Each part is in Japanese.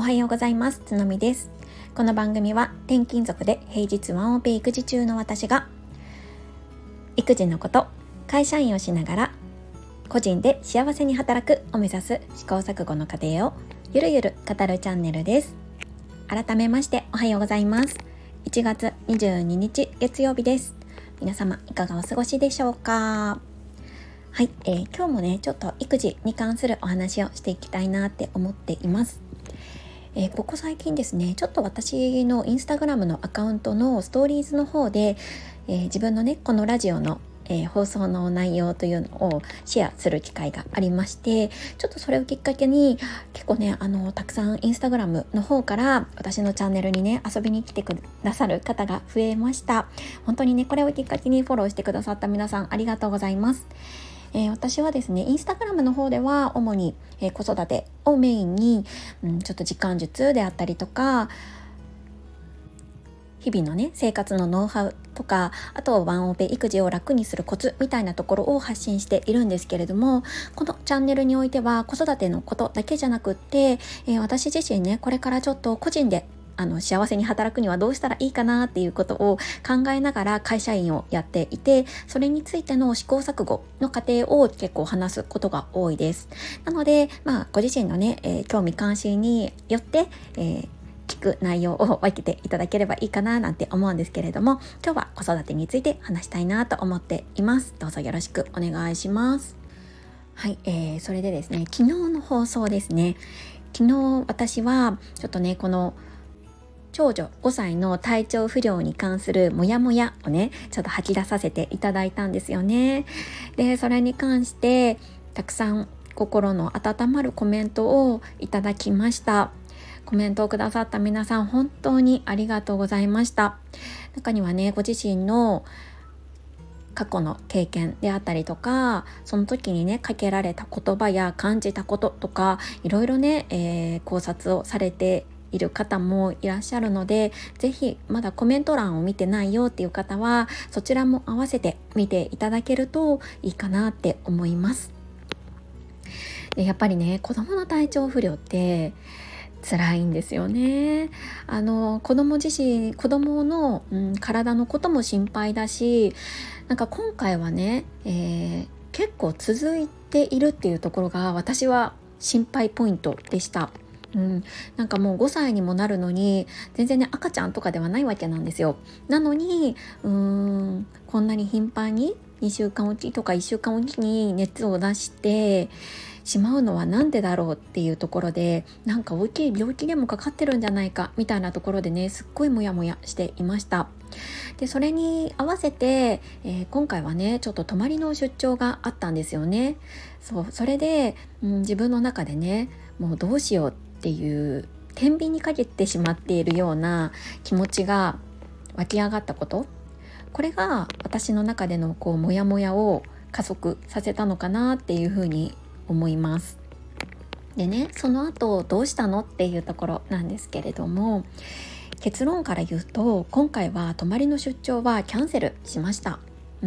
はようございます。つのみです。この番組は転勤族で平日ワンオペ育児中の私が育児のこと、会社員をしながら個人で幸せに働くを目指す試行錯誤の過程をゆるゆる語るチャンネルです。改めましておはようございます。1月22日月曜日です。皆様いかがお過ごしでしょうか。はい、今日もねちょっと育児に関するお話をしていきたいなって思っています。ここ最近ですねちょっと私のインスタグラムのアカウントのストーリーズの方で、自分のねこのラジオの放送の内容というのをシェアする機会がありまして、ちょっとそれをきっかけに結構ねたくさんインスタグラムの方から私のチャンネルにね遊びに来てくださる方が増えました。本当にねこれをきっかけにフォローしてくださった皆さんありがとうございます。私はですねインスタグラムの方では主に、子育てをメインに、ちょっと時間術であったりとか日々のね生活のノウハウとか、あとワンオペ育児を楽にするコツみたいなところを発信しているんですけれども、このチャンネルにおいては子育てのことだけじゃなくって、私自身ねこれからちょっと個人で幸せに働くにはどうしたらいいかなっていうことを考えながら会社員をやっていて、それについての試行錯誤の過程を結構話すことが多いです。なので、ご自身のね、興味関心によって、聞く内容を分けていただければいいかななんて思うんですけれども、今日は子育てについて話したいなと思っています。どうぞよろしくお願いします。はい、それでですね昨日の放送ですね。昨日私はちょっとねこの長女5歳の体調不良に関するモヤモヤをねちょっと吐き出させていただいたんですよね。でそれに関してたくさん心の温まるコメントをいただきました。コメントをくださった皆さん本当にありがとうございました。中にはねご自身の過去の経験であったりとか、その時にねかけられた言葉や感じたこととかいろいろね、考察をされている方もいらっしゃるので、ぜひまだコメント欄を見てないよっていう方はそちらも合わせて見ていただけるといいかなって思います。でやっぱりね子供の体調不良って辛いんですよね。子供の、体のことも心配だし、なんか今回はね、結構続いているっていうところが私は心配ポイントでした。なんかもう5歳にもなるのに全然ね赤ちゃんとかではないわけなんですよ。なのにこんなに頻繁に2週間おきとか1週間おきに熱を出してしまうのはなんでだろうっていうところで、なんか大きい病気でもかかってるんじゃないかみたいなところでねすっごいモヤモヤしていました。でそれに合わせて、今回はねちょっと泊まりの出張があったんですよね。それで、自分の中でねもうどうしようっていう天秤にかけてしまっているような気持ちが湧き上がったこと、これが私の中でのモヤモヤを加速させたのかなっていうふうに思います。でねその後どうしたのっていうところなんですけれども、結論から言うと今回は泊まりの出張はキャンセルしました。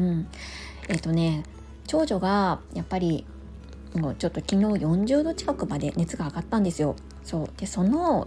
長女がやっぱりもうちょっと昨日40度近くまで熱が上がったんですよ。でその、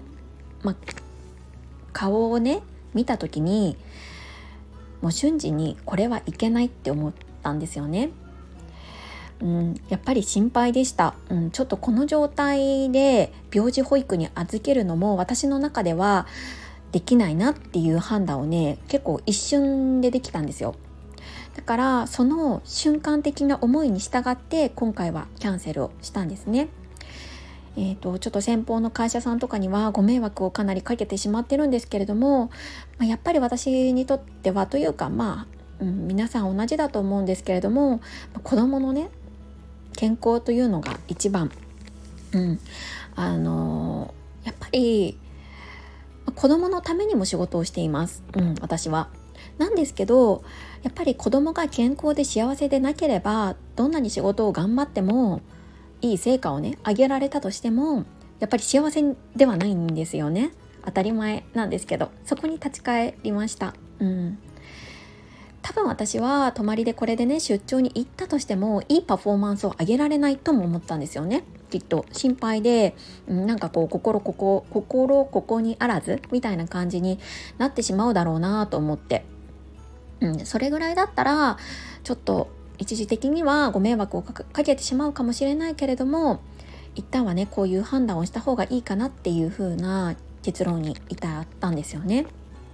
顔をね見た時にもう瞬時にこれはいけないって思ったんですよね。やっぱり心配でした。ちょっとこの状態で病児保育に預けるのも私の中ではできないなっていう判断をね結構一瞬でできたんですよ。だからその瞬間的な思いに従って今回はキャンセルをしたんですね。ちょっと先方の会社さんとかにはご迷惑をかなりかけてしまってるんですけれども、やっぱり私にとってはというか皆さん同じだと思うんですけれども、子供のね健康というのが一番、やっぱり子供のためにも仕事をしています、私は。なんですけどやっぱり子供が健康で幸せでなければどんなに仕事を頑張ってもいい成果をね上げられたとしてもやっぱり幸せではないんですよね。当たり前なんですけどそこに立ち返りました。 多分私は泊まりでこれでね出張に行ったとしてもいいパフォーマンスを上げられないとも思ったんですよね。きっと心配で、なんかこう心ここにあらずみたいな感じになってしまうだろうなと思って、それぐらいだったらちょっと一時的にはご迷惑をかけてしまうかもしれないけれども、一旦はねこういう判断をした方がいいかなっていう風な結論に至ったんですよね。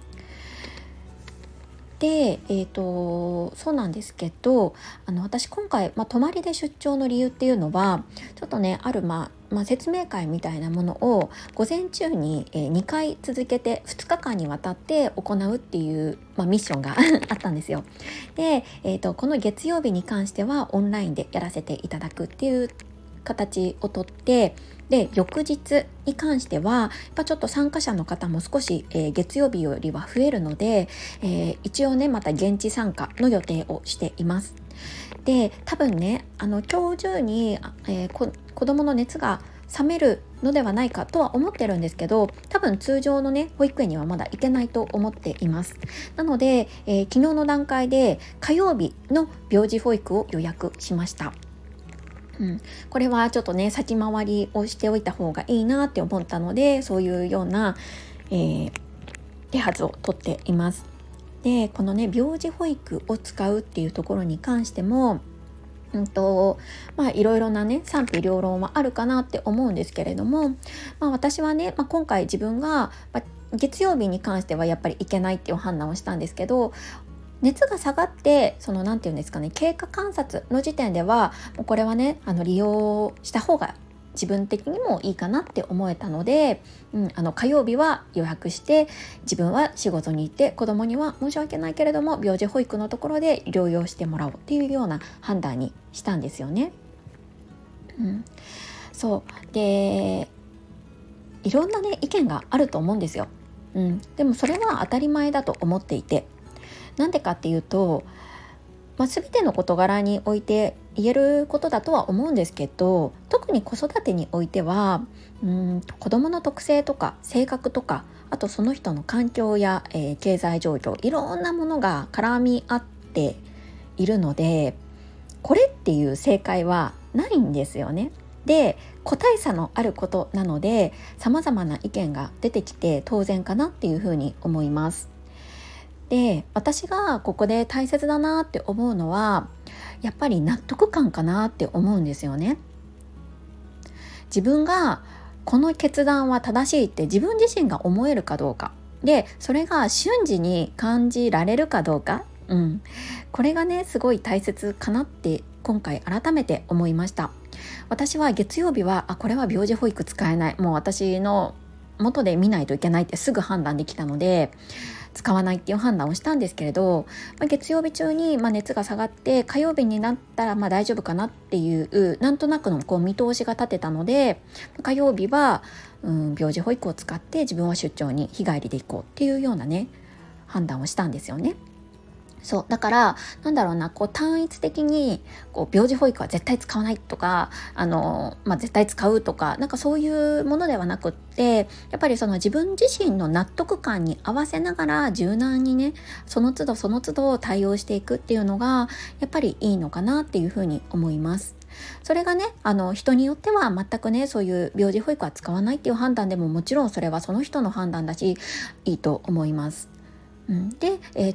で、そうなんですけど、私今回、泊まりで出張の理由っていうのはちょっとねある、説明会みたいなものを午前中に、2回続けて2日間にわたって行うっていう、ミッションがあったんですよ。で、この月曜日に関してはオンラインでやらせていただくっていう形をとって、で翌日に関してはやっぱちょっと参加者の方も少し、月曜日よりは増えるので、一応ねまた現地参加の予定をしています。で多分ね今日中に、子どもの熱が冷めるのではないかとは思ってるんですけど、多分通常のね保育園にはまだ行けないと思っています。なので、昨日の段階で火曜日の病児保育を予約しました。これはちょっとね先回りをしておいた方がいいなって思ったので、そういうような、手はずをとっています。でこのね病児保育を使うっていうところに関してもいろいろなね賛否両論はあるかなって思うんですけれども、私はね、今回自分が、月曜日に関してはやっぱり行けないっていう判断をしたんですけど、熱が下がってなんていうんですかね、経過観察の時点ではもうこれはね利用した方が自分的にもいいかなって思えたので、火曜日は予約して自分は仕事に行って、子供には申し訳ないけれども病児保育のところで療養してもらおうっていうような判断にしたんですよね。そうでいろんなね意見があると思うんですよ。でもそれは当たり前だと思っていて、なんでかっていうと、全ての事柄において言えることだとは思うんですけど、特に子育てにおいては子どもの特性とか性格とか、あとその人の環境や、経済状況、いろんなものが絡み合っているので、これっていう正解はないんですよね。で個体差のあることなので様々な意見が出てきて当然かなっていうふうに思います。で私がここで大切だなって思うのはやっぱり納得感かなって思うんですよね。自分がこの決断は正しいって自分自身が思えるかどうかで、それが瞬時に感じられるかどうか、これがねすごい大切かなって今回改めて思いました。私は月曜日はこれは病児保育使えない、もう私の元で見ないといけないってすぐ判断できたので使わないっていう判断をしたんですけれど、月曜日中に熱が下がって火曜日になったら大丈夫かなっていうなんとなくの見通しが立てたので、火曜日は病児保育を使って自分は出張に日帰りで行こうっていうようなね判断をしたんですよね。そうだから単一的に病児保育は絶対使わないとか絶対使うとかそういうものではなくって、やっぱりその自分自身の納得感に合わせながら柔軟にねその都度その都度対応していくっていうのがやっぱりいいのかなっていうふうに思います。それがね人によっては全くねそういう病児保育は使わないっていう判断でももちろんそれはその人の判断だしいいと思います。で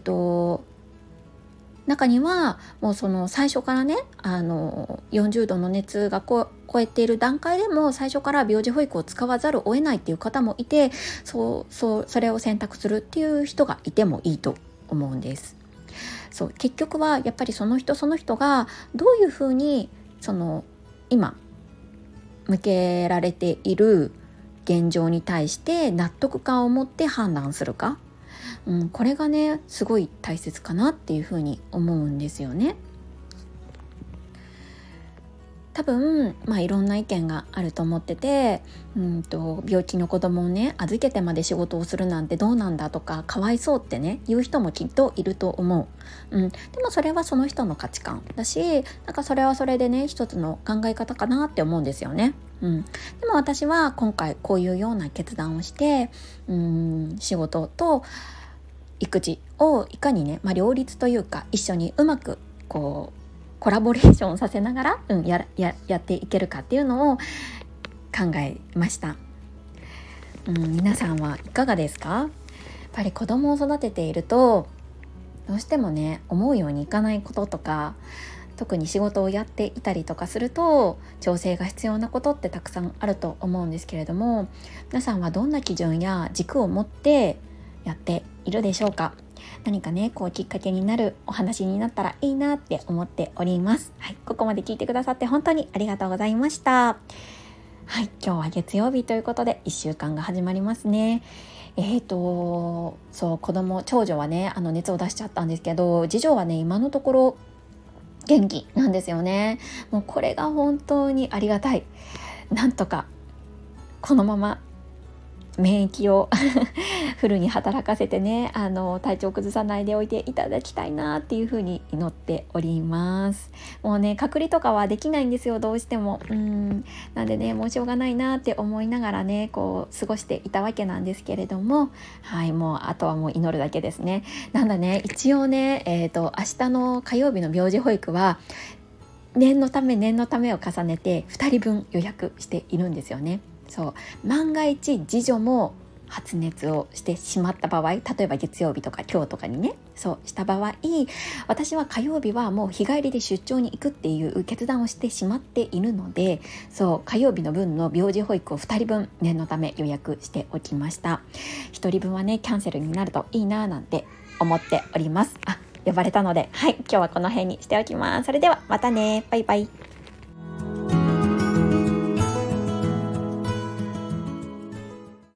中にはもうその最初からね40度の熱が超えている段階でも最初から病児保育を使わざるを得ないっていう方もいて、それを選択するっていう人がいてもいいと思うんです。そう結局はやっぱりその人その人がどういうふうに今向けられている現状に対して納得感を持って判断するか、これがねすごい大切かなっていうふうに思うんですよね。多分いろんな意見があると思ってて、病気の子供をね預けてまで仕事をするなんてどうなんだとか、かわいそうってね言う人もきっといると思う。でもそれはその人の価値観だし、それはそれでね一つの考え方かなって思うんですよね。でも私は今回こういうような決断をして仕事と育児をいかにね、両立というか一緒にうまくこうコラボレーションさせながら、やっていけるかっていうのを考えました。皆さんはいかがですか？やっぱり子供を育てているとどうしてもね、思うようにいかないこととか、特に仕事をやっていたりとかすると調整が必要なことってたくさんあると思うんですけれども、皆さんはどんな基準や軸を持ってやっているでしょうか？何かね、きっかけになるお話になったらいいなって思っております。はい、ここまで聞いてくださって本当にありがとうございました。はい、今日は月曜日ということで1週間が始まりますね。子供、長女はね、熱を出しちゃったんですけど、次女はね、今のところ元気なんですよね。もうこれが本当にありがたい。なんとかこのまま免疫をフルに働かせてね、体調を崩さないでおいていただきたいなっていうふうに祈っております。もうね、隔離とかはできないんですよ、どうしても。なんでね、もうしょうがないなって思いながらね、過ごしていたわけなんですけれども、はい、もうあとはもう祈るだけですね。なんだね、一応ね、明日の火曜日の病児保育は念のためを重ねて2人分予約しているんですよね。万が一次女も発熱をしてしまった場合、例えば月曜日とか今日とかにね、した場合、私は火曜日はもう日帰りで出張に行くっていう決断をしてしまっているので、火曜日の分の病児保育を2人分念のため予約しておきました。1人分はね、キャンセルになるといいななんて思っております。呼ばれたので、はい、今日はこの辺にしておきます。それではまたね、バイバイ。